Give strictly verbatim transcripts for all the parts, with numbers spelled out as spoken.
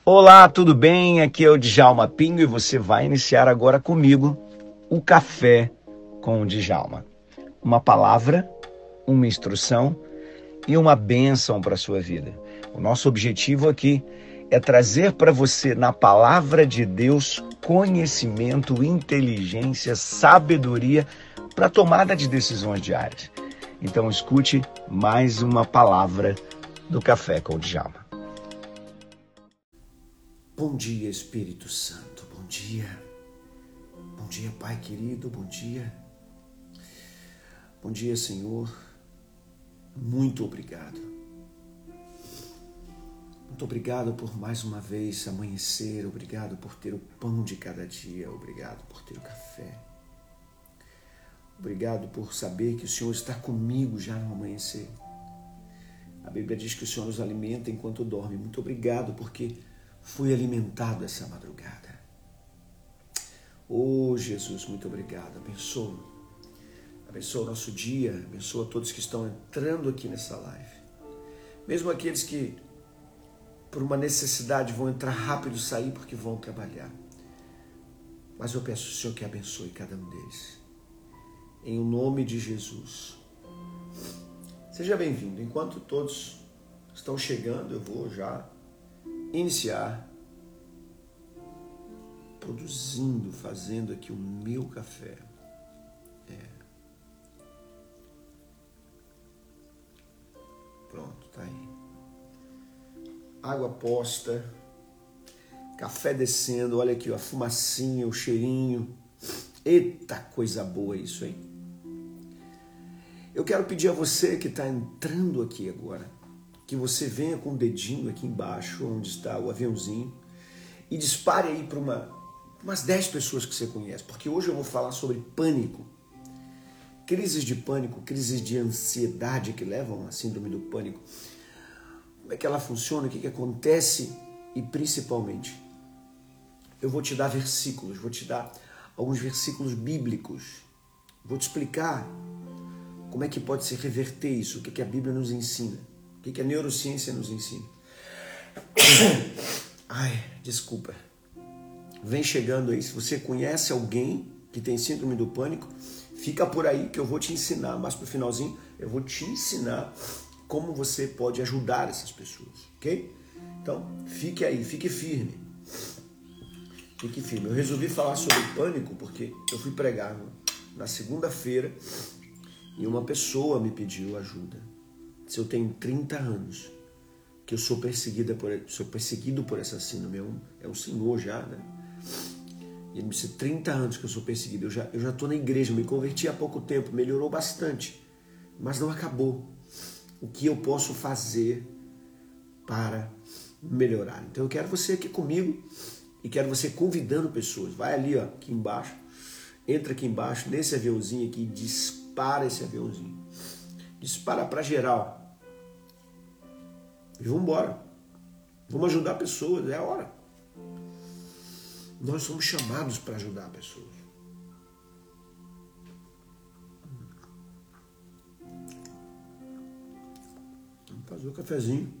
Olá, tudo bem? Aqui é o Djalma Pinho e você vai iniciar agora comigo o Café com o Djalma. Uma palavra, uma instrução e uma bênção para a sua vida. O nosso objetivo aqui é trazer para você, na palavra de Deus, conhecimento, inteligência, sabedoria para a tomada de decisões diárias. Então escute mais uma palavra do Café com o Djalma. Bom dia, Espírito Santo, bom dia. Bom dia, Pai querido, bom dia. Bom dia, Senhor. Muito obrigado. Muito obrigado por mais uma vez amanhecer, obrigado por ter o pão de cada dia, obrigado por ter o café. Obrigado por saber que o Senhor está comigo já no amanhecer. A Bíblia diz que o Senhor nos alimenta enquanto dorme. Muito obrigado porque fui alimentado essa madrugada. Oh, Jesus, muito obrigado. Abençoa. Abençoa o nosso dia. Abençoa todos que estão entrando aqui nessa live. Mesmo aqueles que, por uma necessidade, vão entrar rápido e sair porque vão trabalhar. Mas eu peço ao Senhor que abençoe cada um deles. Em o nome de Jesus. Seja bem-vindo. Enquanto todos estão chegando, eu vou já iniciar produzindo, fazendo aqui o meu café. É. Pronto, tá aí. Água posta, café descendo, olha aqui, ó, a fumacinha, o cheirinho. Eita, coisa boa isso, hein? Eu quero pedir a você que está entrando aqui agora, que você venha com o dedinho aqui embaixo, onde está o aviãozinho, e dispare aí para uma, umas dez pessoas que você conhece, porque hoje eu vou falar sobre pânico. Crises de pânico, crises de ansiedade que levam à síndrome do pânico. Como é que ela funciona, o que, que acontece e principalmente, eu vou te dar versículos, vou te dar alguns versículos bíblicos, vou te explicar como é que pode se reverter isso, o que, que a Bíblia nos ensina. O que a neurociência nos ensina? Ai, desculpa. Vem chegando aí. Se você conhece alguém que tem síndrome do pânico, fica por aí que eu vou te ensinar. Mas pro finalzinho, eu vou te ensinar como você pode ajudar essas pessoas, ok? Então, fique aí, fique firme. Fique firme. Eu resolvi falar sobre pânico porque eu fui pregar na segunda-feira e uma pessoa me pediu ajuda. Se eu tenho trinta anos, que eu sou, perseguida por, sou perseguido por essa síndrome, é um, é um senhor já, né? E ele me disse, trinta anos que eu sou perseguido, eu já eu já estou na igreja, me converti há pouco tempo, melhorou bastante, mas não acabou. O que eu posso fazer para melhorar? Então eu quero você aqui comigo e quero você convidando pessoas. Vai ali, ó, aqui embaixo, entra aqui embaixo, nesse aviãozinho aqui, dispara esse aviãozinho. Dispara para geral. E vamos embora. Vamos ajudar pessoas, é a hora. Nós somos chamados para ajudar pessoas. Vamos fazer o cafezinho.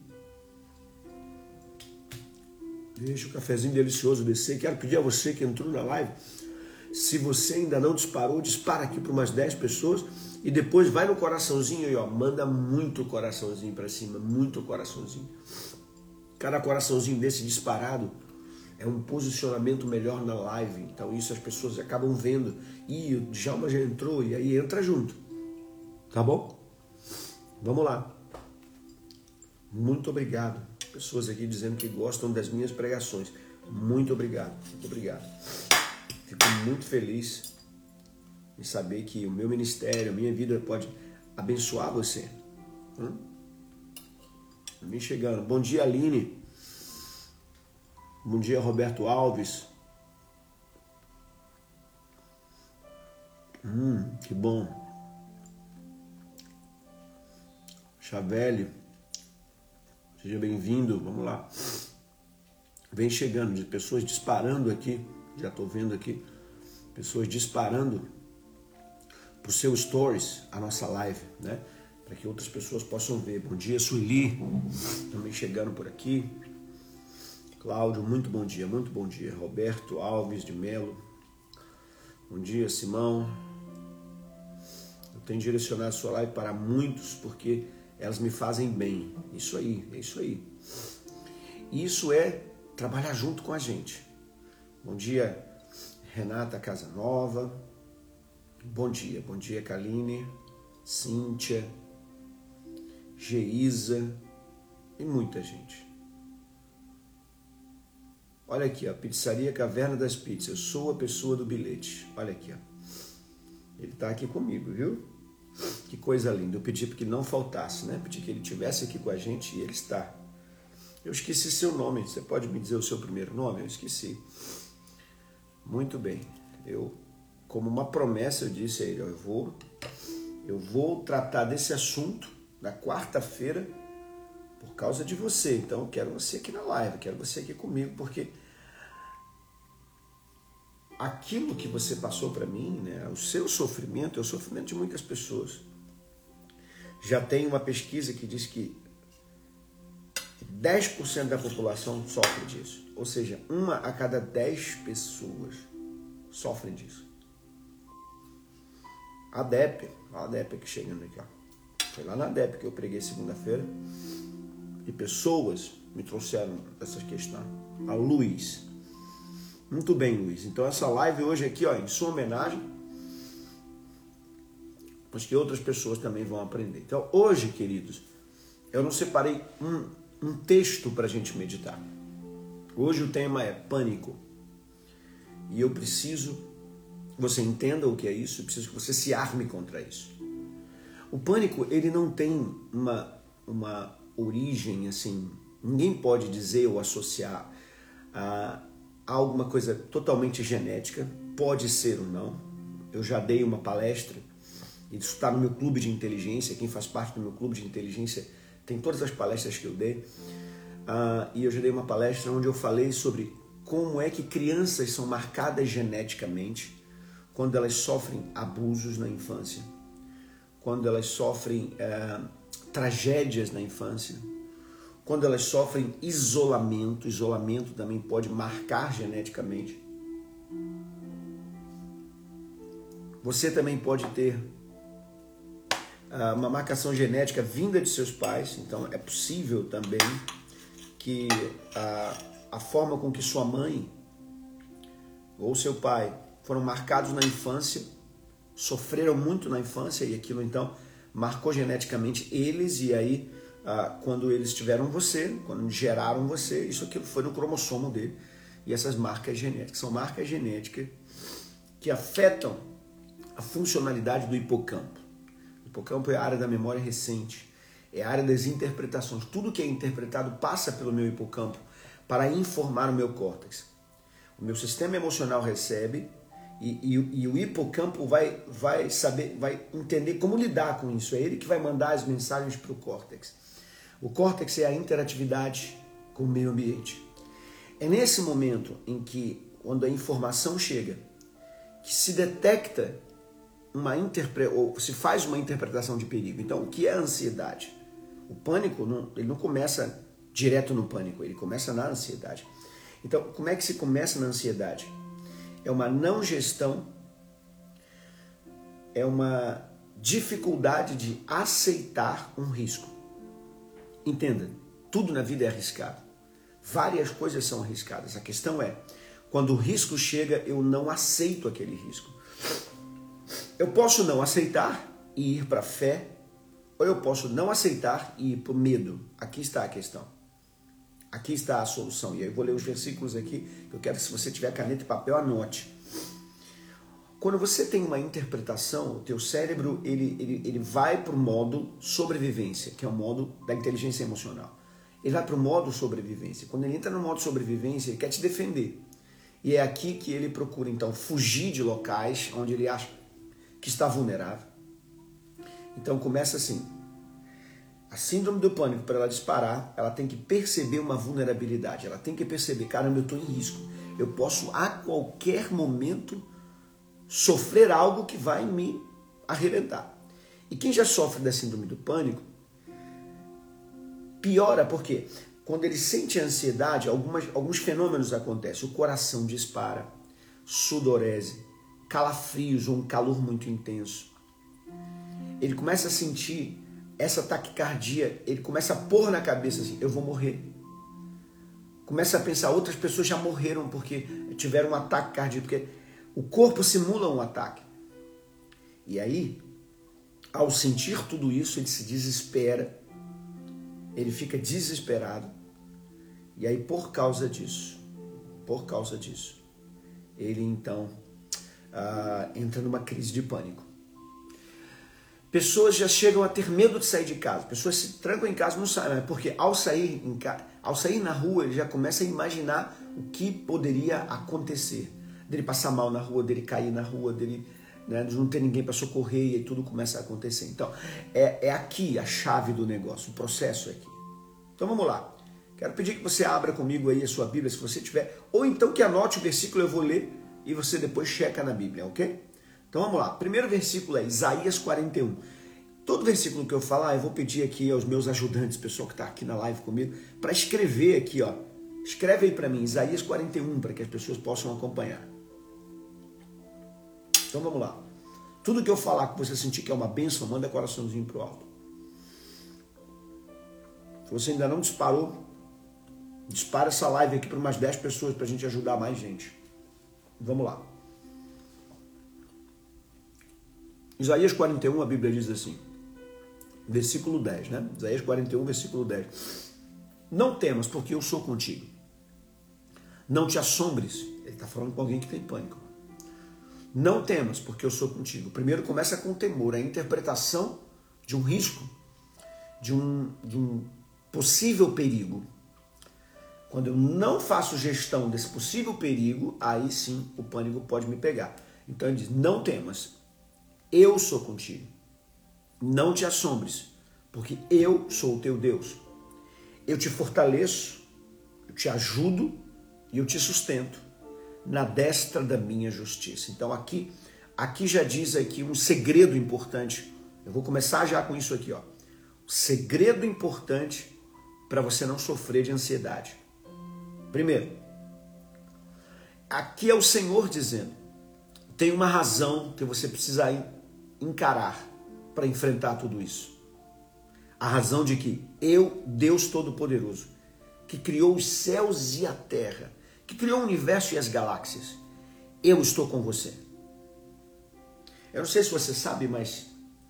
Deixa o cafezinho delicioso descer. Quero pedir a você que entrou na live, se você ainda não disparou, dispara aqui para umas dez pessoas e depois vai no coraçãozinho aí, ó, manda muito coraçãozinho para cima, muito coraçãozinho. Cada coraçãozinho desse disparado é um posicionamento melhor na live, então isso as pessoas acabam vendo. Ih, o Djalma já entrou, e aí entra junto, tá bom? Vamos lá. Muito obrigado. Pessoas aqui dizendo que gostam das minhas pregações. Muito obrigado, muito obrigado. Fico muito feliz em saber que o meu ministério, a minha vida pode abençoar você. Hum? Vem chegando. Bom dia, Aline. Bom dia, Roberto Alves. Hum, que bom. Chavelli, seja bem-vindo. Vamos lá. Vem chegando, de pessoas disparando aqui. Já estou vendo aqui. Pessoas disparando para o seu stories, a nossa live, né? Para que outras pessoas possam ver. Bom dia, Sueli. Também chegando por aqui. Cláudio, muito bom dia, muito bom dia. Roberto Alves de Melo, bom dia, Simão. Eu tenho direcionado sua live para muitos porque elas me fazem bem. Isso aí, é isso aí. Isso é trabalhar junto com a gente. Bom dia, Renata Casanova. Bom dia, bom dia, Kaline, Cíntia, Geisa e muita gente. Olha aqui, ó, Pizzaria Caverna das Pizzas. Eu sou a pessoa do bilhete. Olha aqui, ó. Ele está aqui comigo, viu? Que coisa linda. Eu pedi para que não faltasse, né? Pedi que ele estivesse aqui com a gente e ele está. Eu esqueci seu nome. Você pode me dizer o seu primeiro nome? Eu esqueci. Muito bem. Eu, como uma promessa, eu disse a ele, ó, eu vou, eu vou tratar desse assunto na quarta-feira por causa de você. Então, eu quero você aqui na live, quero você aqui comigo, porque aquilo que você passou para mim, né, o seu sofrimento é o sofrimento de muitas pessoas. Já tem uma pesquisa que diz que dez por cento da população sofre disso. Ou seja, uma a cada dez pessoas sofrem disso. A D E P, a D E P aqui chegando aqui, ó. Foi lá na D E P que eu preguei segunda-feira e pessoas me trouxeram essa questão. A Luiz. Muito bem, Luiz. Então essa live hoje aqui, ó, em sua homenagem, mas que outras pessoas também vão aprender. Então hoje, queridos, eu não separei um, um texto para a gente meditar. Hoje o tema é pânico. E eu preciso que você entenda o que é isso, eu preciso que você se arme contra isso. O pânico, ele não tem uma, uma origem, assim, ninguém pode dizer ou associar a alguma coisa totalmente genética, pode ser ou não. Eu já dei uma palestra, isso está no meu clube de inteligência, quem faz parte do meu clube de inteligência tem todas as palestras que eu dei, uh, e eu já dei uma palestra onde eu falei sobre como é que crianças são marcadas geneticamente quando elas sofrem abusos na infância, quando elas sofrem uh, tragédias na infância, quando elas sofrem isolamento. Isolamento também pode marcar geneticamente. Você também pode ter uh, uma marcação genética vinda de seus pais. Então é possível também que uh, a forma com que sua mãe ou seu pai foram marcados na infância, sofreram muito na infância e aquilo então marcou geneticamente eles, e aí Ah, quando eles tiveram você, quando geraram você, isso aquilo foi no cromossomo dele. E essas marcas genéticas são marcas genéticas que afetam a funcionalidade do hipocampo. O hipocampo é a área da memória recente, é a área das interpretações. Tudo que é interpretado passa pelo meu hipocampo para informar o meu córtex. O meu sistema emocional recebe e, e, e o hipocampo vai, vai saber, vai entender como lidar com isso. É ele que vai mandar as mensagens para o córtex. O córtex é a interatividade com o meio ambiente. É nesse momento em que, quando a informação chega, que se detecta uma interpre... ou se faz uma interpretação de perigo. Então, o que é a ansiedade? O pânico, não, ele não começa direto no pânico, ele começa na ansiedade. Então, como é que se começa na ansiedade? É uma não gestão, é uma dificuldade de aceitar um risco. Entenda, tudo na vida é arriscado. Várias coisas são arriscadas. A questão é, quando o risco chega, eu não aceito aquele risco. Eu posso não aceitar e ir para a fé, ou eu posso não aceitar e ir para o medo. Aqui está a questão. Aqui está a solução. E aí eu vou ler os versículos aqui, que eu quero que, se você tiver caneta e papel, anote. Quando você tem uma interpretação, o teu cérebro ele, ele, ele vai para o modo sobrevivência, que é o modo da inteligência emocional. Ele vai para o modo sobrevivência. Quando ele entra no modo sobrevivência, ele quer te defender. E é aqui que ele procura, então, fugir de locais onde ele acha que está vulnerável. Então começa assim. A síndrome do pânico, para ela disparar, ela tem que perceber uma vulnerabilidade. Ela tem que perceber, caramba, eu estou em risco. Eu posso a qualquer momento sofrer algo que vai me arrebentar. E quem já sofre da síndrome do pânico, piora porque quando ele sente ansiedade, algumas, alguns fenômenos acontecem. O coração dispara, sudorese, calafrios ou um calor muito intenso. Ele começa a sentir essa taquicardia, ele começa a pôr na cabeça assim, eu vou morrer. Começa a pensar, outras pessoas já morreram porque tiveram um ataque cardíaco, porque o corpo simula um ataque. E aí, ao sentir tudo isso, ele se desespera, ele fica desesperado. E aí, por causa disso, por causa disso, ele então uh, entra numa crise de pânico. Pessoas já chegam a ter medo de sair de casa. Pessoas se trancam em casa e não saem, porque ao sair, em ca... ao sair na rua, ele já começa a imaginar o que poderia acontecer. Dele passar mal na rua, dele cair na rua, dele, né, de não ter ninguém para socorrer, e tudo começa a acontecer. Então, é, é aqui a chave do negócio, o processo é aqui. Então vamos lá. Quero pedir que você abra comigo aí a sua Bíblia, se você tiver, ou então que anote o versículo, eu vou ler e você depois checa na Bíblia, ok? Então vamos lá, o primeiro versículo é Isaías quarenta e um. Todo versículo que eu falar, eu vou pedir aqui aos meus ajudantes, pessoal que está aqui na live comigo, para escrever aqui, ó. Escreve aí para mim, Isaías quarenta e um, para que as pessoas possam acompanhar. Então vamos lá. Tudo que eu falar que você sentir que é uma bênção, manda coraçãozinho pro alto. Se você ainda não disparou, dispara essa live aqui para umas dez pessoas, para a gente ajudar mais gente. Vamos lá. Isaías quarenta e um, a Bíblia diz assim, versículo dez, né? Isaías quarenta e um, versículo dez. Não temas, porque eu sou contigo. Não te assombres. Ele está falando com alguém que tem pânico. Não temas, porque eu sou contigo. Primeiro começa com o temor, a interpretação de um risco, de um, de um possível perigo. Quando eu não faço gestão desse possível perigo, aí sim o pânico pode me pegar. Então ele diz, não temas. Eu sou contigo. Não te assombres, porque eu sou o teu Deus. Eu te fortaleço, eu te ajudo e eu te sustento na destra da minha justiça. Então aqui, aqui já diz aqui um segredo importante. Eu vou começar já com isso aqui, ó. O segredo importante para você não sofrer de ansiedade. Primeiro, aqui é o Senhor dizendo, tem uma razão que você precisa ir encarar para enfrentar tudo isso. A razão de que eu, Deus Todo-Poderoso, que criou os céus e a terra, que criou o universo e as galáxias, eu estou com você. Eu não sei se você sabe, mas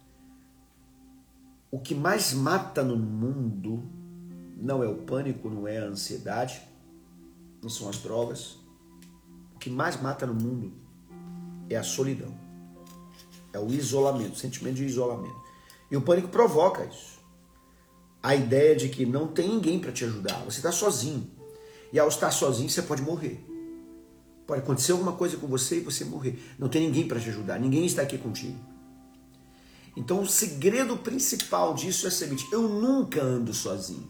o que mais mata no mundo não é o pânico, não é a ansiedade, não são as drogas. O que mais mata no mundo é a solidão. É o isolamento, o sentimento de isolamento. E o pânico provoca isso. A ideia de que não tem ninguém para te ajudar. Você está sozinho. E ao estar sozinho, você pode morrer. Pode acontecer alguma coisa com você e você morrer. Não tem ninguém para te ajudar. Ninguém está aqui contigo. Então o segredo principal disso é o seguinte. Eu nunca ando sozinho.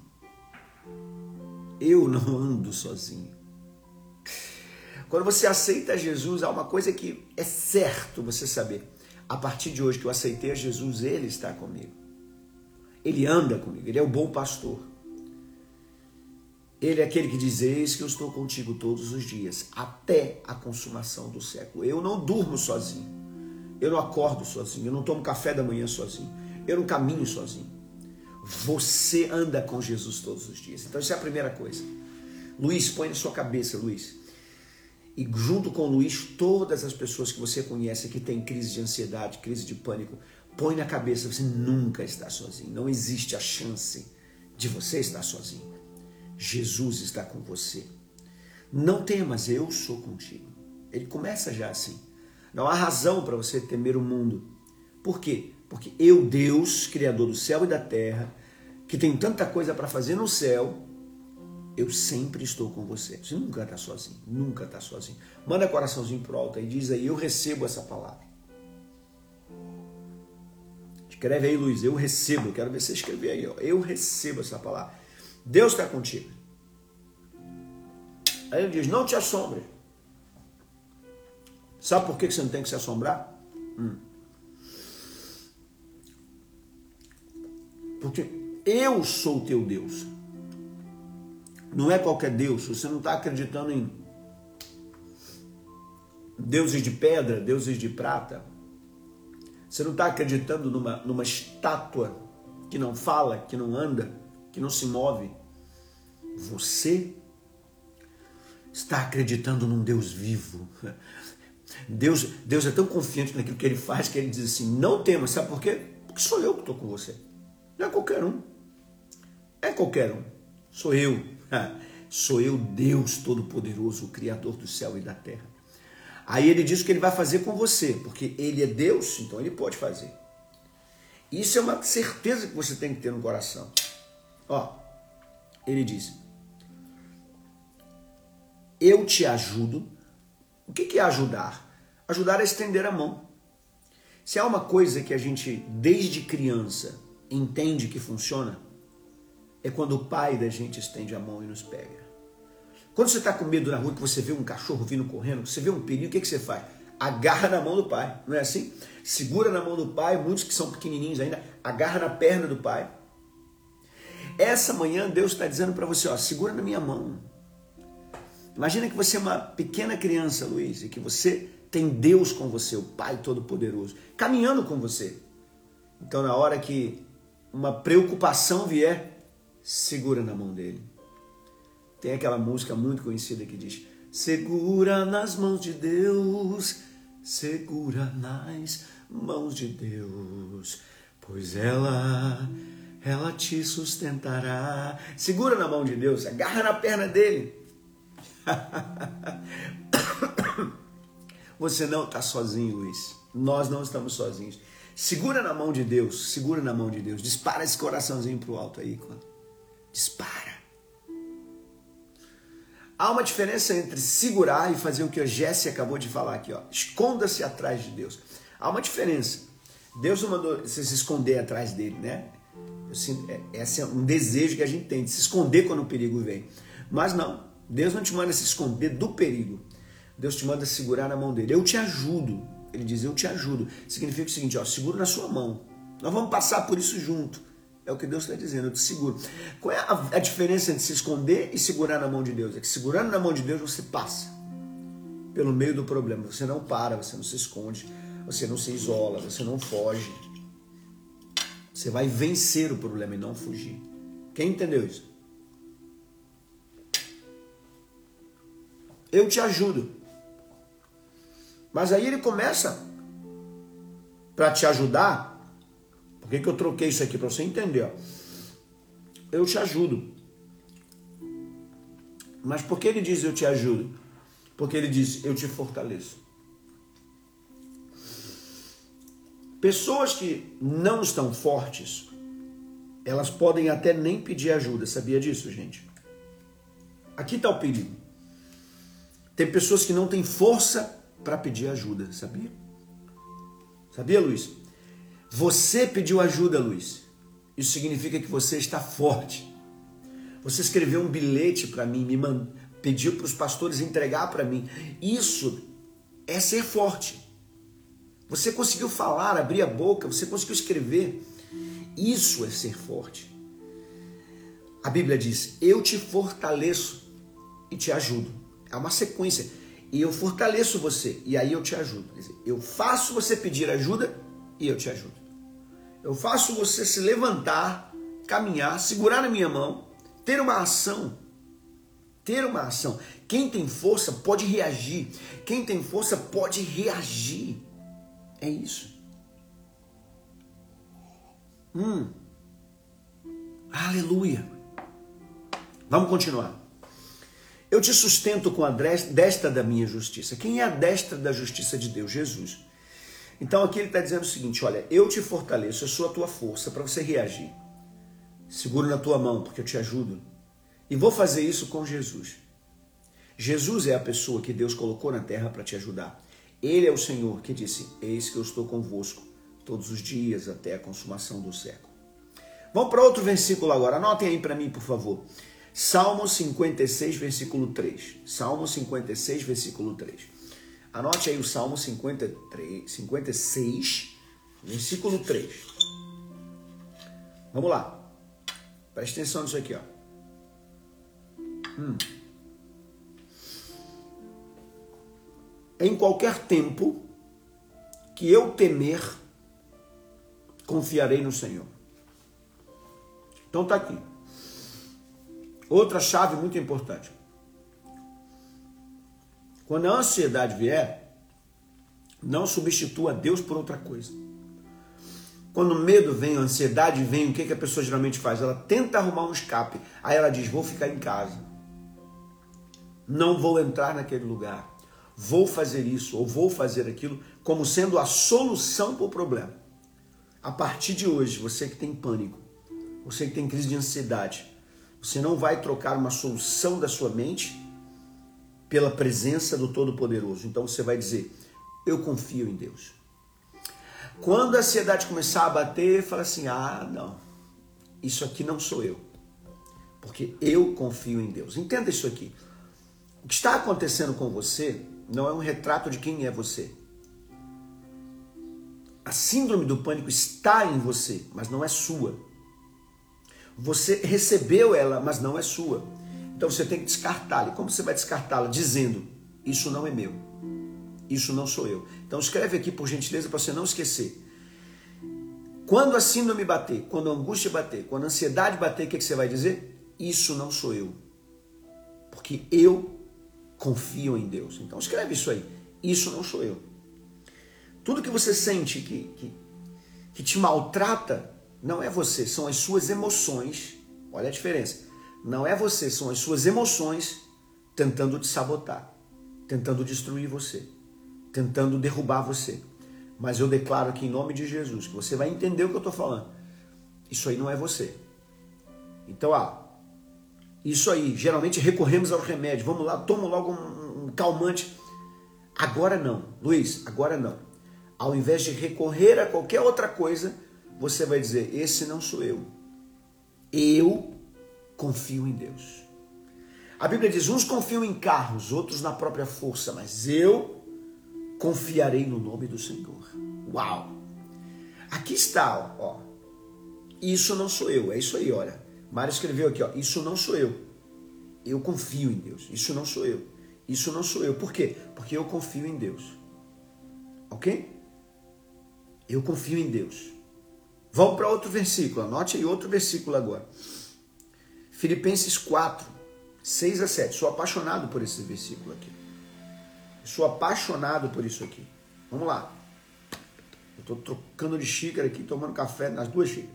Eu não ando sozinho. Quando você aceita Jesus, há uma coisa que é certo você saber. A partir de hoje que eu aceitei a Jesus, Ele está comigo. Ele anda comigo, Ele é o bom pastor. Ele é aquele que diz, eis que eu estou contigo todos os dias, até a consumação do século. Eu não durmo sozinho, eu não acordo sozinho, eu não tomo café da manhã sozinho, eu não caminho sozinho. Você anda com Jesus todos os dias. Então isso é a primeira coisa. Luiz, põe na sua cabeça, Luiz. E junto com o Luiz, todas as pessoas que você conhece que tem crise de ansiedade, crise de pânico, põe na cabeça, você nunca está sozinho. Não existe a chance de você estar sozinho. Jesus está com você. Não temas, eu sou contigo. Ele começa já assim. Não há razão para você temer o mundo. Por quê? Porque eu, Deus, Criador do céu e da terra, que tem tanta coisa para fazer no céu, eu sempre estou com você. Você nunca está sozinho, nunca está sozinho. Manda coraçãozinho pro alto aí, diz aí, eu recebo essa palavra. Escreve aí, Luiz, eu recebo. Eu quero ver você escrever aí, ó. Eu recebo essa palavra. Deus está contigo. Aí ele diz, não te assombres. Sabe por que você não tem que se assombrar? Hum. Porque eu sou o teu Deus. Não é qualquer Deus. Você não está acreditando em deuses de pedra, deuses de prata. Você não está acreditando numa, numa estátua que não fala, que não anda, que não se move. Você está acreditando num Deus vivo. Deus, Deus é tão confiante naquilo que Ele faz que Ele diz assim, não tema. Sabe por quê? Porque sou eu que estou com você. Não é qualquer um. É qualquer um. Sou eu. Sou eu, Deus Todo-Poderoso, o Criador do céu e da terra. Aí Ele diz o que Ele vai fazer com você, porque Ele é Deus, então Ele pode fazer. Isso é uma certeza que você tem que ter no coração. Ó, Ele diz, eu te ajudo. O que é ajudar? Ajudar é estender a mão. Se há uma coisa que a gente, desde criança, entende que funciona, é quando o pai da gente estende a mão e nos pega. Quando você está com medo na rua, que você vê um cachorro vindo correndo, que você vê um perigo, o que, que você faz? Agarra na mão do pai, não é assim? Segura na mão do pai, muitos que são pequenininhos ainda, agarra na perna do pai. Essa manhã Deus está dizendo para você, ó, segura na minha mão. Imagina que você é uma pequena criança, Luiz, e que você tem Deus com você, o Pai Todo-Poderoso, caminhando com você. Então, na hora que uma preocupação vier, segura na mão dele. Tem aquela música muito conhecida que diz, segura nas mãos de Deus, segura nas mãos de Deus, pois ela, ela te sustentará. Segura na mão de Deus, agarra na perna dele. Você não está sozinho, Luiz. Nós não estamos sozinhos. Segura na mão de Deus. Segura na mão de Deus. Dispara esse coraçãozinho pro alto aí. Dispara. Há uma diferença entre segurar e fazer o que a Jessie acabou de falar aqui. Ó. Esconda-se atrás de Deus. Há uma diferença. Deus não mandou você se esconder atrás dele, né? Eu sinto, esse é um desejo que a gente tem, de se esconder quando o perigo vem. Mas não. Deus não te manda se esconder do perigo. Deus te manda segurar na mão dele. Eu te ajudo. Ele diz, eu te ajudo. Significa o seguinte, ó, seguro na sua mão. Nós vamos passar por isso junto. É o que Deus está dizendo, eu te seguro. Qual é a, a diferença entre se esconder e segurar na mão de Deus? É que segurando na mão de Deus você passa pelo meio do problema. Você não para, você não se esconde, você não se isola, você não foge. Você vai vencer o problema e não fugir. Quem entendeu isso? Eu te ajudo. Mas aí ele começa, para te ajudar, por que que eu troquei isso aqui? Para você entender. Ó. Eu te ajudo. Mas por que ele diz eu te ajudo? Porque ele diz eu te fortaleço. Pessoas que não estão fortes, elas podem até nem pedir ajuda. Sabia disso, gente? Aqui está o perigo. Tem pessoas que não têm força para pedir ajuda, sabia? Sabia, Luiz? Você pediu ajuda, Luiz. Isso significa que você está forte. Você escreveu um bilhete para mim, me mand... pediu para os pastores entregar para mim. Isso é ser forte. Você conseguiu falar, abrir a boca, você conseguiu escrever. Isso é ser forte. A Bíblia diz, eu te fortaleço e te ajudo. É uma sequência. E eu fortaleço você. E aí eu te ajudo. Quer dizer, eu faço você pedir ajuda e eu te ajudo. Eu faço você se levantar, caminhar, segurar na minha mão, ter uma ação. Ter uma ação. Quem tem força pode reagir. Quem tem força pode reagir. É isso. Hum. Aleluia. Vamos continuar. Eu te sustento com a destra da minha justiça. Quem é a destra da justiça de Deus? Jesus. Então aqui ele está dizendo o seguinte, olha, eu te fortaleço, eu sou a tua força para você reagir. Seguro na tua mão, porque eu te ajudo. E vou fazer isso com Jesus. Jesus é a pessoa que Deus colocou na terra para te ajudar. Ele é o Senhor que disse, eis que eu estou convosco todos os dias até a consumação do século. Vamos para outro versículo agora. Anotem aí para mim, por favor. Salmo cinquenta e seis, versículo três. Salmo cinquenta e seis, versículo três. Anote aí o Salmo cinquenta e três, cinquenta e seis, versículo três. Vamos lá. Preste atenção nisso aqui, ó. Hum. Em qualquer tempo que eu temer, confiarei no Senhor. Então tá aqui. Outra chave muito importante. Quando a ansiedade vier, não substitua Deus por outra coisa. Quando o medo vem, a ansiedade vem, o que, que a pessoa geralmente faz? Ela tenta arrumar um escape. Aí ela diz, vou ficar em casa. Não vou entrar naquele lugar. Vou fazer isso ou vou fazer aquilo como sendo a solução para o problema. A partir de hoje, você que tem pânico, você que tem crise de ansiedade, você não vai trocar uma solução da sua mente pela presença do Todo-Poderoso. Então você vai dizer, eu confio em Deus. Quando a ansiedade começar a bater, fala assim, ah, não, isso aqui não sou eu, porque eu confio em Deus. Entenda isso aqui. O que está acontecendo com você não é um retrato de quem é você. A síndrome do pânico está em você, mas não é sua. Você recebeu ela, mas não é sua. Então você tem que descartá-la. E como você vai descartá-la? Dizendo, isso não é meu. Isso não sou eu. Então escreve aqui, por gentileza, para você não esquecer. Quando a síndrome bater, quando a angústia bater, quando a ansiedade bater, o que você vai dizer? Isso não sou eu. Porque eu confio em Deus. Então escreve isso aí. Isso não sou eu. Tudo que você sente que, que, que te maltrata, não é você, são as suas emoções. Olha a diferença. Não é você, são as suas emoções tentando te sabotar, tentando destruir você, tentando derrubar você. Mas eu declaro aqui em nome de Jesus, que você vai entender o que eu estou falando. Isso aí não é você. Então, ah, isso aí, geralmente recorremos ao remédio. Vamos lá, toma logo um, um calmante. Agora não, Luiz, agora não. Ao invés de recorrer a qualquer outra coisa, você vai dizer, esse não sou eu. Eu confio em Deus. A Bíblia diz, uns confiam em carros, outros na própria força, mas eu confiarei no nome do Senhor. Uau! Aqui está, ó. Isso não sou eu, é isso aí, olha. Mário escreveu aqui, ó, isso não sou eu. Eu confio em Deus, isso não sou eu. Isso não sou eu. Por quê? Porque eu confio em Deus. Ok? Eu confio em Deus. Vamos para outro versículo. Anote aí outro versículo agora. Filipenses quatro, seis a sete. Sou apaixonado por esse versículo aqui. Sou apaixonado por isso aqui. Vamos lá. Eu estou trocando de xícara aqui, tomando café nas duas xícaras.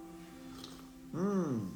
Hum.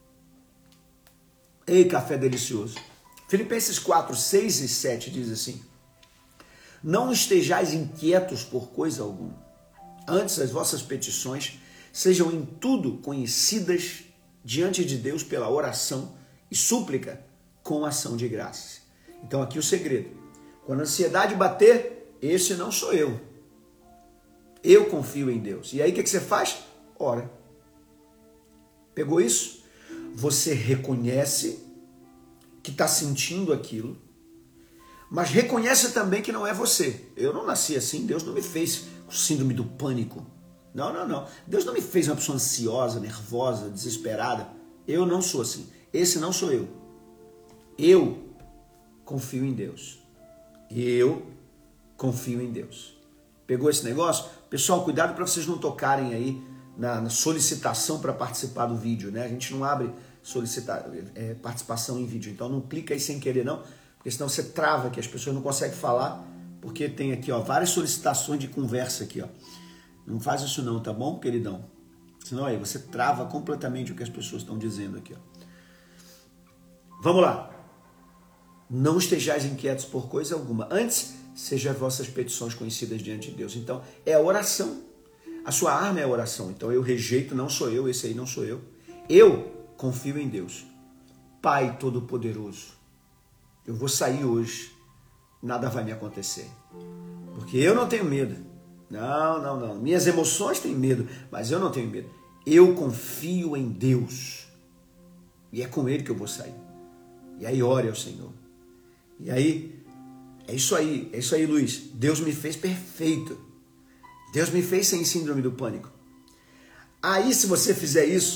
Ei, café delicioso. Filipenses quatro, seis e sete diz assim. Não estejais inquietos por coisa alguma. Antes as vossas petições sejam em tudo conhecidas diante de Deus pela oração e súplica com ação de graças. Então aqui o segredo. Quando a ansiedade bater, esse não sou eu. Eu confio em Deus. E aí o que você faz? Ora. Pegou isso? Você reconhece que está sentindo aquilo, mas reconhece também que não é você. Eu não nasci assim, Deus não me fez com síndrome do pânico. Não, não, não. Deus não me fez uma pessoa ansiosa, nervosa, desesperada. Eu não sou assim. Esse não sou eu. Eu confio em Deus. Eu confio em Deus. Pegou esse negócio? Pessoal, cuidado para vocês não tocarem aí na, na solicitação para participar do vídeo, né? A gente não abre solicitar, é, participação em vídeo. Então não clica aí sem querer não, porque senão você trava que as pessoas não conseguem falar, porque tem aqui, ó, várias solicitações de conversa aqui, ó. Não faz isso não, tá bom, queridão? Senão aí você trava completamente o que as pessoas estão dizendo aqui, ó. Vamos lá. Não estejais inquietos por coisa alguma. Antes, sejam as vossas petições conhecidas diante de Deus. Então, é a oração. A sua arma é a oração. Então, eu rejeito, não sou eu, esse aí não sou eu. Eu confio em Deus. Pai Todo-Poderoso, eu vou sair hoje, nada vai me acontecer. Porque eu não tenho medo. Não, não, não. Minhas emoções têm medo, mas eu não tenho medo. Eu confio em Deus. E é com Ele que eu vou sair. E aí ore ao Senhor. E aí, é isso aí, é isso aí, Luiz. Deus me fez perfeito. Deus me fez sem síndrome do pânico. Aí, se você fizer isso,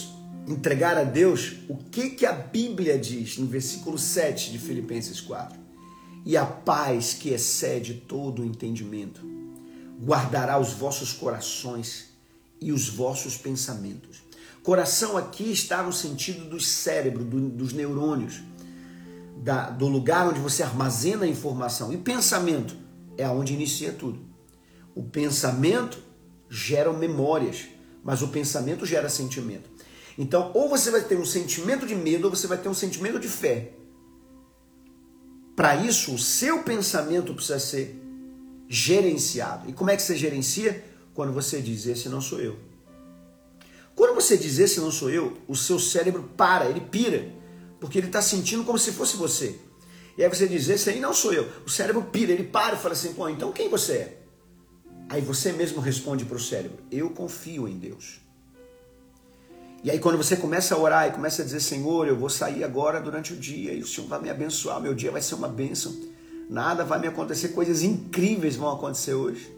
entregar a Deus, o que, que a Bíblia diz no versículo sete de Filipenses quatro? E a paz que excede todo o entendimento guardará os vossos corações e os vossos pensamentos. Coração aqui está no sentido do cérebro, do, dos neurônios, da, do lugar onde você armazena a informação. E pensamento é onde inicia tudo. O pensamento gera memórias, mas o pensamento gera sentimento. Então, ou você vai ter um sentimento de medo, ou você vai ter um sentimento de fé. Para isso, o seu pensamento precisa ser gerenciado. E como é que você gerencia? Quando você diz, esse não sou eu. Quando você diz, esse não sou eu, o seu cérebro para, ele pira, porque ele está sentindo como se fosse você. E aí você diz, esse aí não sou eu. O cérebro pira, ele para e fala assim, pô, então quem você é? Aí você mesmo responde para o cérebro, eu confio em Deus. E aí quando você começa a orar e começa a dizer, Senhor, eu vou sair agora durante o dia e o Senhor vai me abençoar, meu dia vai ser uma bênção, nada vai me acontecer, coisas incríveis vão acontecer hoje.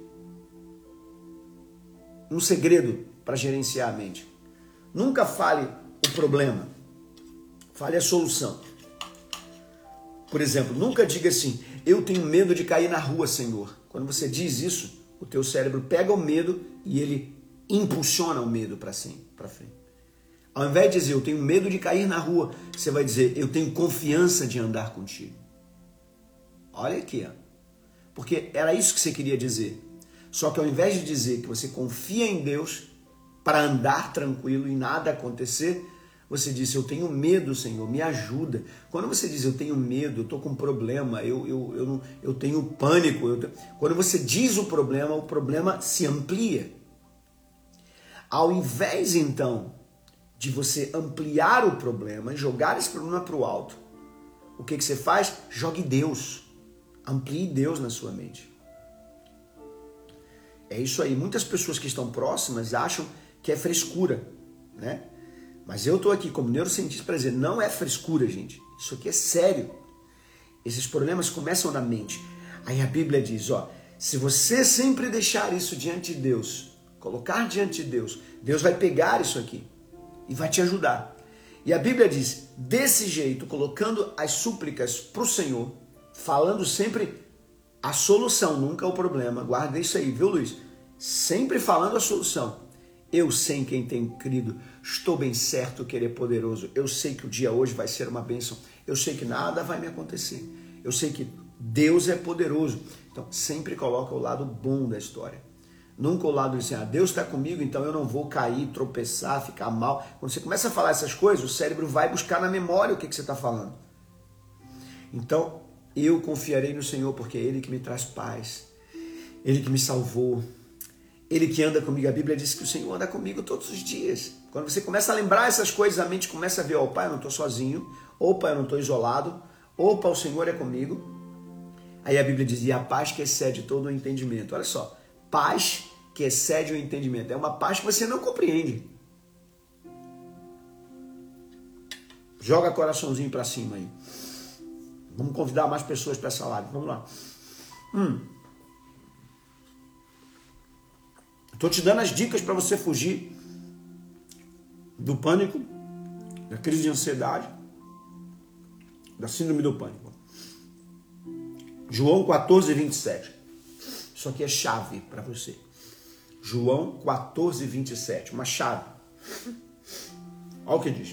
Um segredo para gerenciar a mente. Nunca fale o problema, fale a solução. Por exemplo, nunca diga assim, eu tenho medo de cair na rua, Senhor. Quando você diz isso, o teu cérebro pega o medo e ele impulsiona o medo para cima, para frente. Ao invés de dizer, eu tenho medo de cair na rua, você vai dizer, eu tenho confiança de andar contigo. Olha aqui, ó. Porque era isso que você queria dizer. Só que ao invés de dizer que você confia em Deus para andar tranquilo e nada acontecer, você disse, eu tenho medo, Senhor, me ajuda. Quando você diz, eu tenho medo, eu estou com um problema, eu, eu, eu, não, eu tenho pânico. Eu tenho... Quando você diz o problema, o problema se amplia. Ao invés, então, de você ampliar o problema, jogar esse problema para o alto, o que, que você faz? Jogue Deus. Amplie Deus na sua mente. É isso aí. Muitas pessoas que estão próximas acham que é frescura, né? Mas eu estou aqui como neurocientista para dizer, não é frescura, gente. Isso aqui é sério. Esses problemas começam na mente. Aí a Bíblia diz, ó, se você sempre deixar isso diante de Deus, colocar diante de Deus, Deus vai pegar isso aqui e vai te ajudar. E a Bíblia diz, desse jeito, colocando as súplicas para o Senhor, falando sempre a solução, nunca o problema. Guarda isso aí, viu, Luiz? Sempre falando a solução. Eu sei em quem tenho crido, estou bem certo que Ele é poderoso. Eu sei que o dia hoje vai ser uma bênção. Eu sei que nada vai me acontecer. Eu sei que Deus é poderoso. Então, sempre coloca o lado bom da história. Nunca o lado de assim, ah, Deus está comigo, então eu não vou cair, tropeçar, ficar mal. Quando você começa a falar essas coisas, o cérebro vai buscar na memória o que, que você está falando. Então, eu confiarei no Senhor, porque é Ele que me traz paz. Ele que me salvou. Ele que anda comigo. A Bíblia diz que o Senhor anda comigo todos os dias. Quando você começa a lembrar essas coisas, a mente começa a ver, ó, pai, eu não estou sozinho. Opa, eu não estou isolado. Opa, o Senhor é comigo. Aí a Bíblia diz, e a paz que excede todo o entendimento. Olha só, paz que excede o entendimento. É uma paz que você não compreende. Joga coraçãozinho para cima aí. Vamos convidar mais pessoas para essa live. Vamos lá. Hum. Estou te dando as dicas para você fugir do pânico, da crise de ansiedade, da síndrome do pânico. João quatorze, vinte e sete. Isso aqui é chave para você. João quatorze, vinte e sete. Uma chave. Olha o que diz.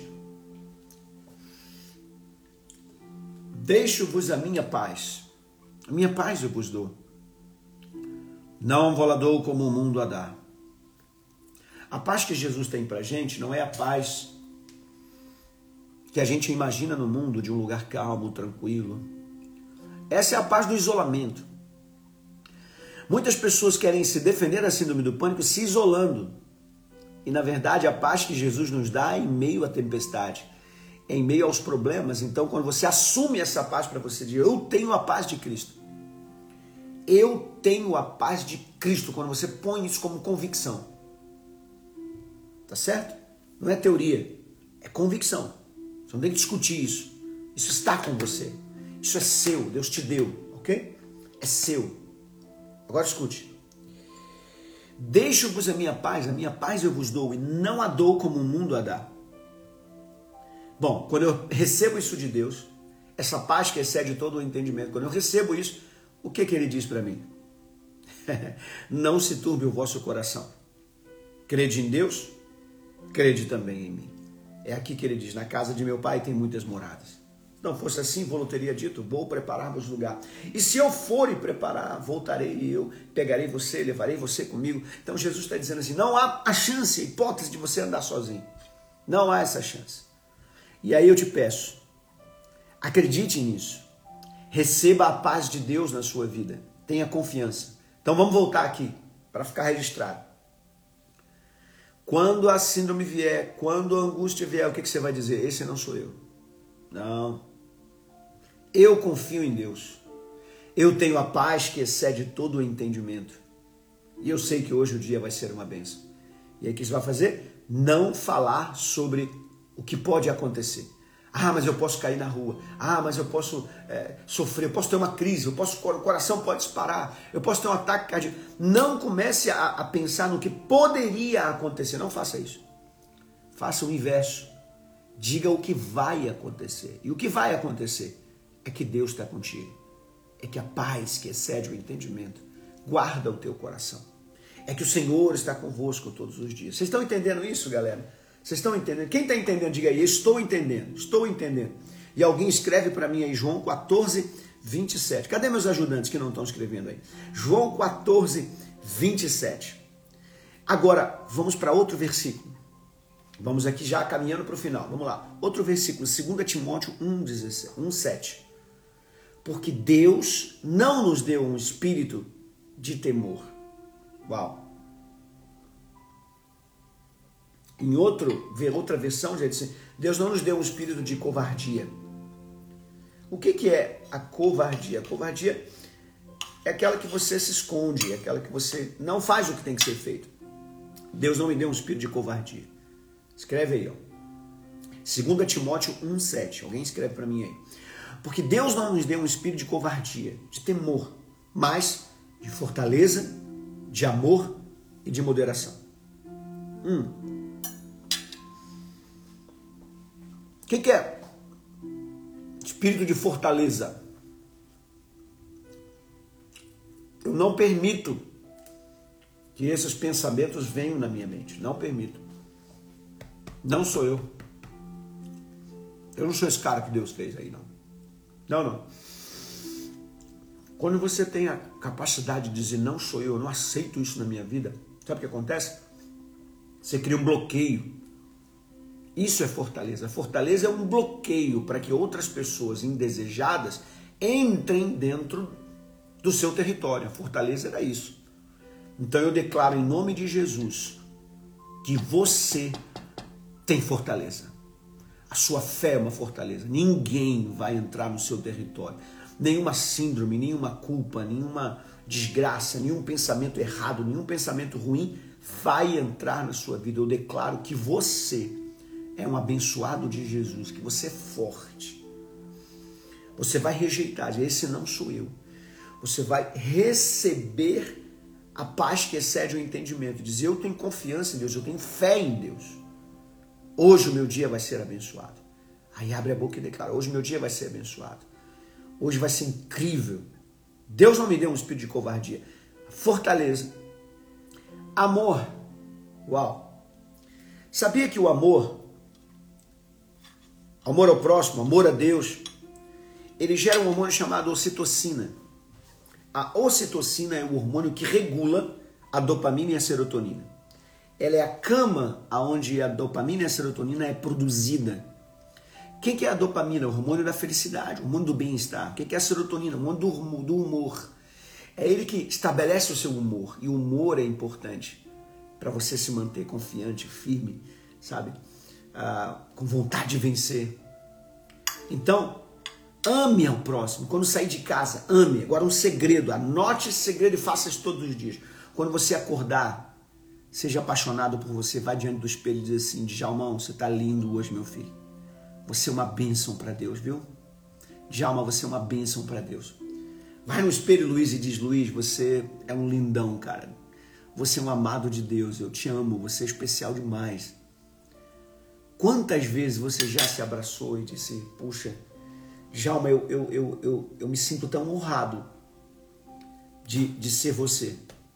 Deixo-vos a minha paz. A minha paz eu vos dou. Não vou lá dou como o mundo a dá. A paz que Jesus tem pra gente não é a paz que a gente imagina no mundo, de um lugar calmo, tranquilo. Essa é a paz do isolamento. Muitas pessoas querem se defender da síndrome do pânico se isolando. E na verdade a paz que Jesus nos dá é em meio à tempestade, é em meio aos problemas. Então quando você assume essa paz para você dizer, eu tenho a paz de Cristo. Eu tenho a paz de Cristo, quando você põe isso como convicção. Tá certo? Não é teoria, é convicção. Você não tem que discutir isso. Isso está com você. Isso é seu, Deus te deu, ok? É seu. Agora escute. Deixo-vos a minha paz, a minha paz eu vos dou, e não a dou como o mundo a dá. Bom, quando eu recebo isso de Deus, essa paz que excede todo o entendimento, quando eu recebo isso, o que, que ele diz para mim? Não se turbe o vosso coração. Crede em Deus, crede também em mim. É aqui que ele diz, na casa de meu pai tem muitas moradas. Se não fosse assim, vou teria dito, vou preparar-vos lugar. E se eu for e preparar, voltarei e eu pegarei você, levarei você comigo. Então Jesus está dizendo assim, não há a chance, a hipótese de você andar sozinho. Não há essa chance. E aí eu te peço, acredite nisso. Receba a paz de Deus na sua vida. Tenha confiança. Então vamos voltar aqui, para ficar registrado. Quando a síndrome vier, quando a angústia vier, o que, que você vai dizer? Esse não sou eu. Não. Eu confio em Deus. Eu tenho a paz que excede todo o entendimento. E eu sei que hoje o dia vai ser uma bênção. E aí o que você vai fazer? Não falar sobre o que pode acontecer. Ah, mas eu posso cair na rua. Ah, mas eu posso é, sofrer. Eu posso ter uma crise. Eu posso, o coração pode disparar. Eu posso ter um ataque cardíaco. Não comece a, a pensar no que poderia acontecer. Não faça isso. Faça o inverso. Diga o que vai acontecer. E o que vai acontecer é que Deus está contigo. É que a paz que excede o entendimento guarda o teu coração. É que o Senhor está convosco todos os dias. Vocês estão entendendo isso, galera? Vocês estão entendendo? Quem está entendendo, diga aí, estou entendendo, estou entendendo. E alguém escreve para mim aí, João quatorze, vinte e sete. Cadê meus ajudantes que não estão escrevendo aí? João quatorze, vinte e sete. Agora, vamos para outro versículo. Vamos aqui já caminhando para o final. Vamos lá. Outro versículo, dois Timóteo um, sete. Porque Deus não nos deu um espírito de temor. Uau. Em outro, outra versão, já disse, Deus não nos deu um espírito de covardia. O que, que é a covardia? A covardia é aquela que você se esconde, é aquela que você não faz o que tem que ser feito. Deus não me deu um espírito de covardia. Escreve aí, ó. dois Timóteo um, sete. Alguém escreve para mim aí. Porque Deus não nos deu um espírito de covardia, de temor, mas de fortaleza, de amor e de moderação. Hum. O que, que é espírito de fortaleza? Eu não permito que esses pensamentos venham na minha mente. Não permito. Não sou eu. Eu não sou esse cara que Deus fez aí, não. Não, não. Quando você tem a capacidade de dizer não sou eu, eu não aceito isso na minha vida, sabe o que acontece? Você cria um bloqueio. Isso é fortaleza. Fortaleza é um bloqueio para que outras pessoas indesejadas entrem dentro do seu território. A fortaleza era isso. Então eu declaro em nome de Jesus que você tem fortaleza. A sua fé é uma fortaleza. Ninguém vai entrar no seu território. Nenhuma síndrome, nenhuma culpa, nenhuma desgraça, nenhum pensamento errado, nenhum pensamento ruim vai entrar na sua vida. Eu declaro que você é um abençoado de Jesus, que você é forte. Você vai rejeitar, dizer, esse não sou eu. Você vai receber a paz que excede o entendimento. Dizer, eu tenho confiança em Deus, eu tenho fé em Deus. Hoje o meu dia vai ser abençoado. Aí abre a boca e declara, hoje o meu dia vai ser abençoado. Hoje vai ser incrível. Deus não me deu um espírito de covardia. Fortaleza. Amor. Uau. Sabia que o amor, amor ao próximo, amor a Deus, ele gera um hormônio chamado ocitocina. A ocitocina é o hormônio que regula a dopamina e a serotonina. Ela é a cama onde a dopamina e a serotonina é produzida. O que é a dopamina? O hormônio da felicidade, o hormônio do bem-estar. O que é a serotonina? O hormônio do humor. É ele que estabelece o seu humor. E o humor é importante para você se manter confiante, firme, sabe? Ah, com vontade de vencer. Então, ame ao próximo. Quando sair de casa, ame. Agora um segredo, anote esse segredo e faça isso todos os dias. Quando você acordar, seja apaixonado por você, vai diante do espelho e diz assim, Djalmão, você está lindo hoje, meu filho. Você é uma bênção para Deus, viu? Djalma, você é uma bênção para Deus. Vai no espelho, Luiz, e diz, Luiz, você é um lindão, cara. Você é um amado de Deus, eu te amo, você é especial demais. Quantas vezes você já se abraçou e disse, puxa, Djalma, eu, eu, eu, eu, eu me sinto tão honrado de, de ser você.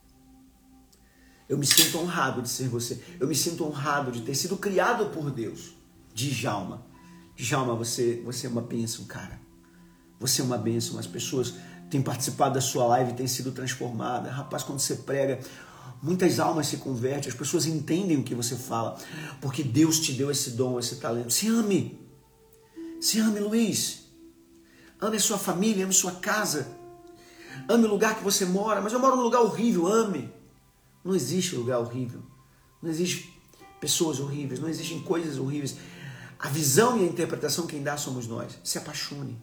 Eu me sinto honrado de ser você. Eu me sinto honrado de ter sido criado por Deus. Djalma. Djalma, você, você é uma bênção, cara. Você é uma bênção. As pessoas têm participado da sua live e têm sido transformadas. Rapaz, quando você prega, muitas almas se convertem. As pessoas entendem o que você fala. Porque Deus te deu esse dom, esse talento. Se ame. Se ame, Luiz. Ame a sua família, ame a sua casa. Ame o lugar que você mora. Mas eu moro num lugar horrível. Ame. Não existe lugar horrível. Não existe pessoas horríveis. Não existem coisas horríveis. A visão e a interpretação quem dá somos nós. Se apaixone.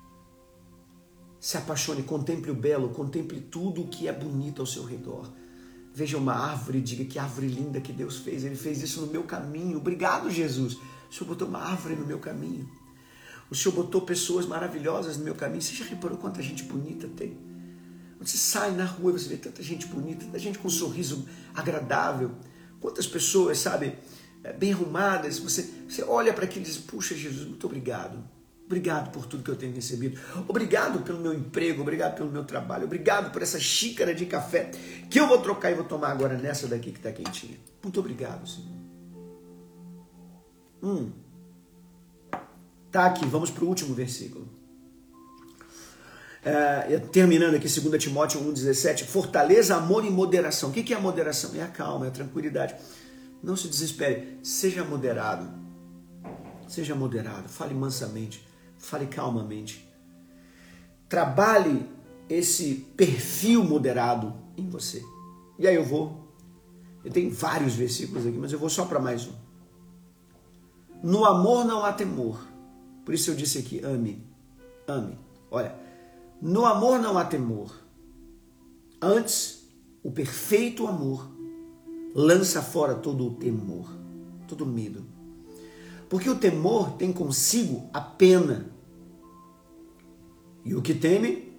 Se apaixone, contemple o belo, contemple tudo o que é bonito ao seu redor. Veja uma árvore e diga que árvore linda que Deus fez. Ele fez isso no meu caminho. Obrigado, Jesus. O Senhor botou uma árvore no meu caminho. O Senhor botou pessoas maravilhosas no meu caminho. Você já reparou quanta gente bonita tem? Você sai na rua e você vê tanta gente bonita, tanta gente com um sorriso agradável. Quantas pessoas, sabe, bem arrumadas. Você, você olha para aquilo e diz, puxa, Jesus, muito obrigado. Obrigado por tudo que eu tenho recebido. Obrigado pelo meu emprego, obrigado pelo meu trabalho. Obrigado por essa xícara de café que eu vou trocar e vou tomar agora nessa daqui que está quentinha. Muito obrigado, Senhor. Hum. Tá aqui, vamos para o último versículo. É, terminando aqui, dois Timóteo um, dezessete. Fortaleza, amor e moderação. O que é a moderação? É a calma, é a tranquilidade. Não se desespere. Seja moderado. Seja moderado. Fale mansamente. Fale calmamente. Trabalhe esse perfil moderado em você. E aí eu vou. Eu tenho vários versículos aqui, mas eu vou só para mais um. No amor não há temor. Por isso eu disse aqui, ame. Ame. Olha, no amor não há temor. Antes, o perfeito amor lança fora todo o temor, todo o medo. Porque o temor tem consigo a pena. E o que teme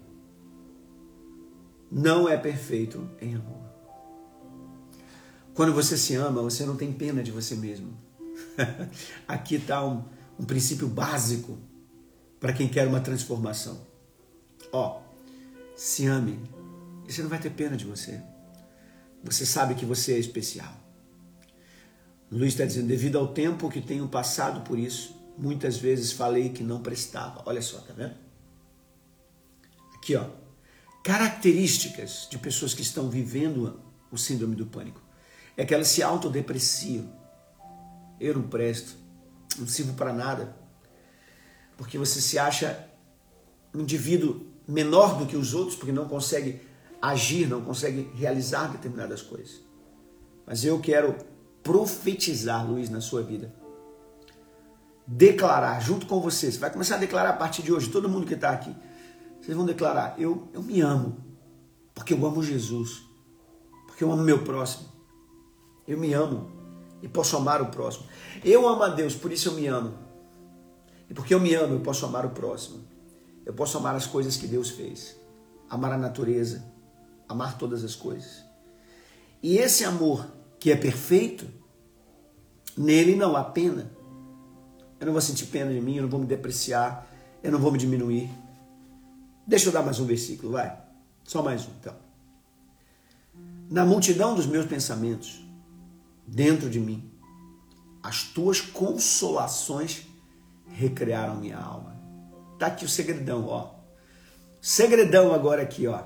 não é perfeito em amor. Quando você se ama, você não tem pena de você mesmo. Aqui está um, um princípio básico para quem quer uma transformação. Ó, se ame e você não vai ter pena de você. Você sabe que você é especial. Luiz está dizendo, devido ao tempo que tenho passado por isso, muitas vezes falei que não prestava. Olha só, tá vendo? Aqui, ó. Características de pessoas que estão vivendo o síndrome do pânico. É que elas se autodepreciam. Eu não presto, não sirvo para nada. Porque você se acha um indivíduo menor do que os outros, porque não consegue agir, não consegue realizar determinadas coisas. Mas eu quero profetizar, Luiz, na sua vida. Declarar junto com você. Você vai começar a declarar a partir de hoje, todo mundo que está aqui. Vocês vão declarar, eu, eu me amo, porque eu amo Jesus, porque eu amo meu próximo. Eu me amo e posso amar o próximo. Eu amo a Deus, por isso eu me amo. E porque eu me amo, eu posso amar o próximo. Eu posso amar as coisas que Deus fez. Amar a natureza, amar todas as coisas. E esse amor que é perfeito, nele não há pena. Eu não vou sentir pena de mim, eu não vou me depreciar, eu não vou me diminuir. Deixa eu dar mais um versículo, vai. Só mais um, então. Na multidão dos meus pensamentos, dentro de mim, as tuas consolações recrearam minha alma. Tá aqui o segredão, ó. Segredão agora aqui, ó.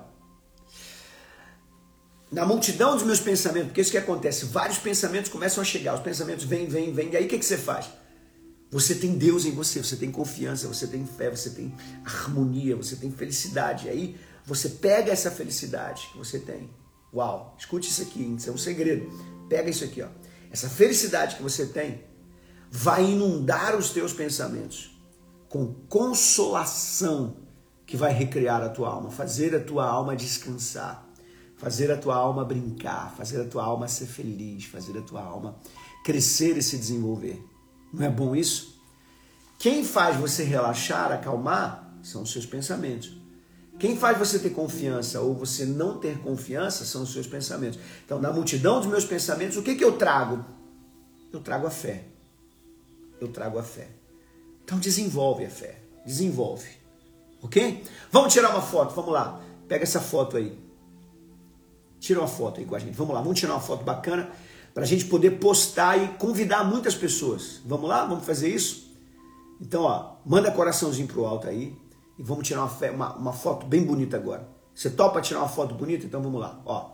Na multidão dos meus pensamentos, porque isso que acontece, vários pensamentos começam a chegar, os pensamentos vêm, vêm, vêm, e aí o que, que você faz? Você tem Deus em você, você tem confiança, você tem fé, você tem harmonia, você tem felicidade. E aí você pega essa felicidade que você tem. Uau, escute isso aqui, hein? Isso é um segredo. Pega isso aqui, ó. Essa felicidade que você tem vai inundar os teus pensamentos com consolação que vai recriar a tua alma, fazer a tua alma descansar, fazer a tua alma brincar, fazer a tua alma ser feliz, fazer a tua alma crescer e se desenvolver. Não é bom isso? Quem faz você relaxar, acalmar, são os seus pensamentos. Quem faz você ter confiança ou você não ter confiança são os seus pensamentos. Então, na multidão dos meus pensamentos, o que, que eu trago? Eu trago a fé. eu trago a fé. Então desenvolve a fé, desenvolve, ok? Vamos tirar uma foto, vamos lá, pega essa foto aí, tira uma foto aí com a gente, vamos lá, vamos tirar uma foto bacana para a gente poder postar e convidar muitas pessoas. Vamos lá, vamos fazer isso? Então, ó, manda coraçãozinho pro alto aí e vamos tirar uma, fé, uma, uma foto bem bonita agora. Você topa tirar uma foto bonita? Então vamos lá, ó.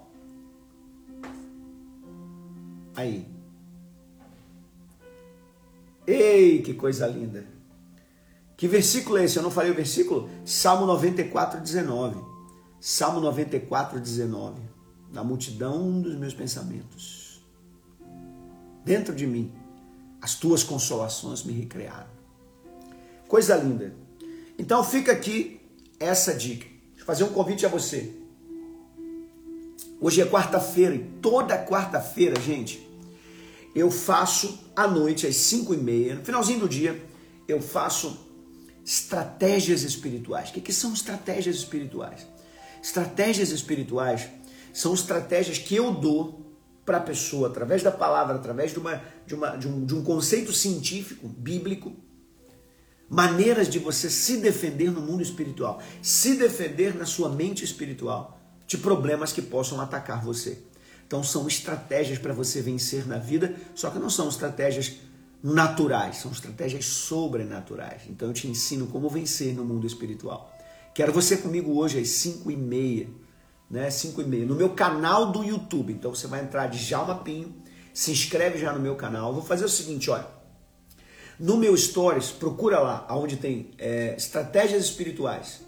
Aí. Ei, que coisa linda. Que versículo é esse? Eu não falei o versículo? Salmo noventa e quatro, dezenove. Salmo noventa e quatro, dezenove. Na multidão dos meus pensamentos, dentro de mim, as tuas consolações me recrearam. Coisa linda. Então fica aqui essa dica. Deixa eu fazer um convite a você. Hoje é quarta-feira e toda quarta-feira, gente, eu faço à noite, às cinco e meia, no finalzinho do dia, eu faço estratégias espirituais. O que, que são estratégias espirituais? Estratégias espirituais são estratégias que eu dou para a pessoa, através da palavra, através de, uma, de, uma, de, um, de um conceito científico, bíblico, maneiras de você se defender no mundo espiritual, se defender na sua mente espiritual de problemas que possam atacar você. Então são estratégias para você vencer na vida, só que não são estratégias naturais, são estratégias sobrenaturais. Então eu te ensino como vencer no mundo espiritual. Quero você comigo hoje às cinco e meia, né? cinco e meia, no meu canal do YouTube. Então você vai entrar de Djalma Pinho, se inscreve já no meu canal. Eu vou fazer o seguinte, olha, no meu Stories, procura lá, onde tem é, estratégias espirituais.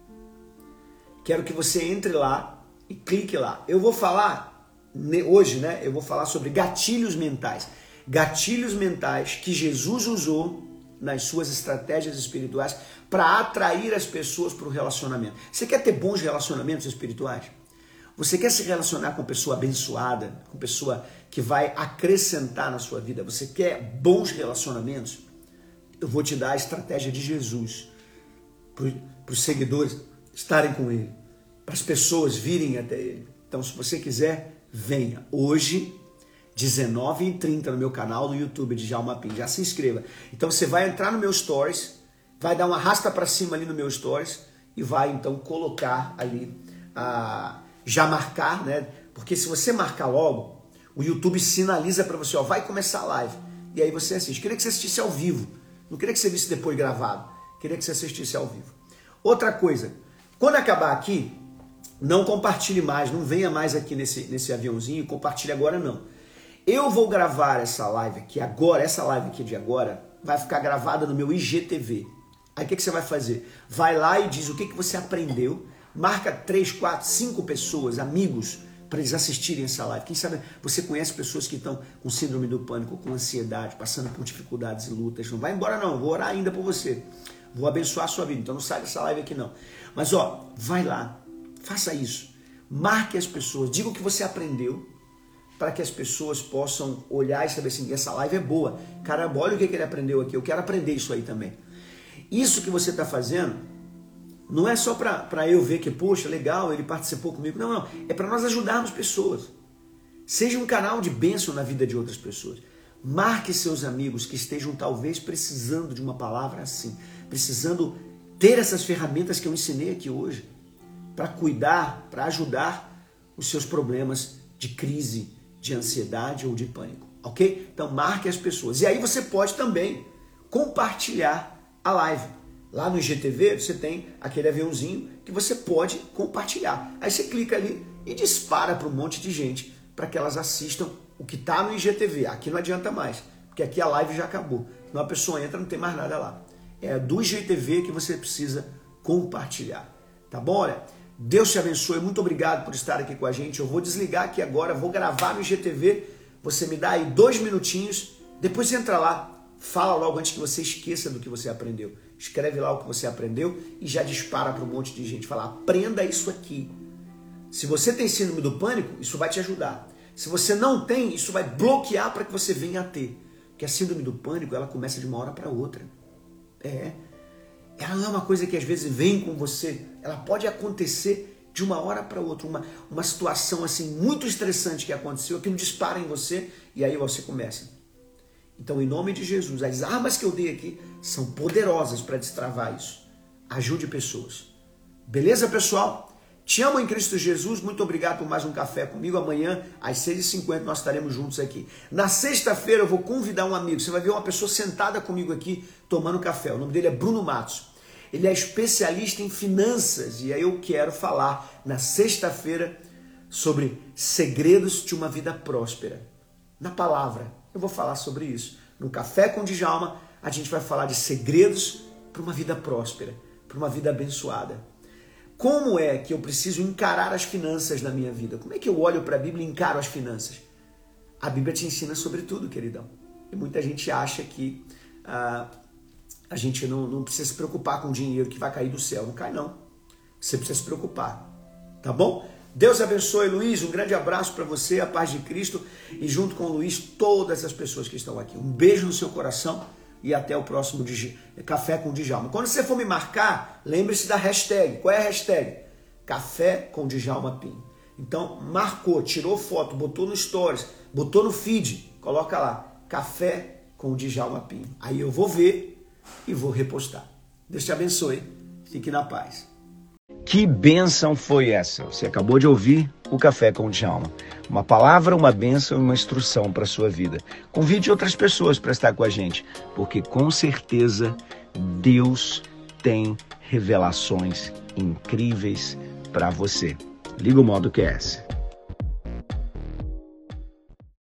Quero que você entre lá e clique lá. Eu vou falar, hoje, né? Eu vou falar sobre gatilhos mentais. Gatilhos mentais que Jesus usou nas suas estratégias espirituais para atrair as pessoas para o relacionamento. Você quer ter bons relacionamentos espirituais? Você quer se relacionar com pessoa abençoada, com pessoa que vai acrescentar na sua vida? Você quer bons relacionamentos? Eu vou te dar a estratégia de Jesus para os seguidores estarem com ele, para as pessoas virem até ele. Então, se você quiser, venha. Hoje, dezenove e trinta no meu canal do YouTube de Djalma Pinho. Já se inscreva. Então, você vai entrar no meu Stories, vai dar uma arrasta para cima ali no meu Stories e vai, então, colocar ali, a, já marcar, né? Porque se você marcar logo, o YouTube sinaliza para você, ó, vai começar a live. E aí você assiste. Queria que você assistisse ao vivo. Não queria que você visse depois gravado. Queria que você assistisse ao vivo. Outra coisa, quando acabar aqui, não compartilhe mais, não venha mais aqui nesse, nesse aviãozinho, compartilhe agora não. Eu vou gravar essa live aqui agora, essa live aqui de agora, vai ficar gravada no meu I G T V. Aí o que, que você vai fazer? Vai lá e diz o que, que você aprendeu, marca três, quatro, cinco pessoas, amigos, para eles assistirem essa live. Quem sabe você conhece pessoas que estão com síndrome do pânico, com ansiedade, passando por dificuldades e lutas. Não vai embora não, vou orar ainda por você. Vou abençoar a sua vida, então não sai dessa live aqui não. Mas ó, vai lá, faça isso. Marque as pessoas, diga o que você aprendeu, para que as pessoas possam olhar e saber assim, essa live é boa. Caramba, olha o que ele aprendeu aqui, eu quero aprender isso aí também. Isso que você está fazendo não é só para eu ver que, poxa, legal, ele participou comigo. Não, não, é para nós ajudarmos pessoas. Seja um canal de bênção na vida de outras pessoas. Marque seus amigos que estejam talvez precisando de uma palavra assim, precisando ter essas ferramentas que eu ensinei aqui hoje, para cuidar, para ajudar os seus problemas de crise, de ansiedade ou de pânico, ok? Então marque as pessoas. E aí você pode também compartilhar a live. Lá no I G T V você tem aquele aviãozinho que você pode compartilhar. Aí você clica ali e dispara para um monte de gente para que elas assistam o que está no I G T V. Aqui não adianta mais, porque aqui a live já acabou. Então a pessoa entra, não tem mais nada lá. É do I G T V que você precisa compartilhar. Tá bom? Olha, Deus te abençoe. Muito obrigado por estar aqui com a gente. Eu vou desligar aqui agora, vou gravar no I G T V. Você me dá aí dois minutinhos. Depois você entra lá. Fala logo antes que você esqueça do que você aprendeu. Escreve lá o que você aprendeu e já dispara para um monte de gente. Fala, aprenda isso aqui. Se você tem síndrome do pânico, isso vai te ajudar. Se você não tem, isso vai bloquear para que você venha a ter. Porque a síndrome do pânico, ela começa de uma hora para outra. É. Ela não é uma coisa que às vezes vem com você. Ela pode acontecer de uma hora para outra. Uma, uma situação assim muito estressante que aconteceu, aquilo dispara em você e aí você começa. Então, em nome de Jesus, as armas que eu dei aqui são poderosas para destravar isso. Ajude pessoas. Beleza, pessoal? Te amo em Cristo Jesus. Muito obrigado por mais um café comigo. Amanhã, às seis e cinquenta, nós estaremos juntos aqui. Na sexta-feira, eu vou convidar um amigo. Você vai ver uma pessoa sentada comigo aqui, tomando café. O nome dele é Bruno Matos. Ele é especialista em finanças. E aí eu quero falar na sexta-feira sobre segredos de uma vida próspera. Na palavra, eu vou falar sobre isso. No Café com Djalma, a gente vai falar de segredos para uma vida próspera, para uma vida abençoada. Como é que eu preciso encarar as finanças na minha vida? Como é que eu olho para a Bíblia e encaro as finanças? A Bíblia te ensina sobre tudo, queridão. E muita gente acha que ah, a gente não, não precisa se preocupar com o dinheiro que vai cair do céu. Não cai, não. Você precisa se preocupar. Tá bom? Deus abençoe, Luiz. Um grande abraço para você, a paz de Cristo. E junto com o Luiz, todas as pessoas que estão aqui. Um beijo no seu coração. E até o próximo Café com Djalma. Quando você for me marcar, lembre-se da hashtag. Qual é a hashtag? Café com Djalma Pim. Então, marcou, tirou foto, botou no Stories, botou no feed, coloca lá, Café com Djalma Pim. Aí eu vou ver e vou repostar. Deus te abençoe. Fique na paz. Que bênção foi essa? Você acabou de ouvir o Café com o Djalma. Uma palavra, uma bênção e uma instrução para a sua vida. Convide outras pessoas para estar com a gente, porque com certeza Deus tem revelações incríveis para você. Liga o modo Q S.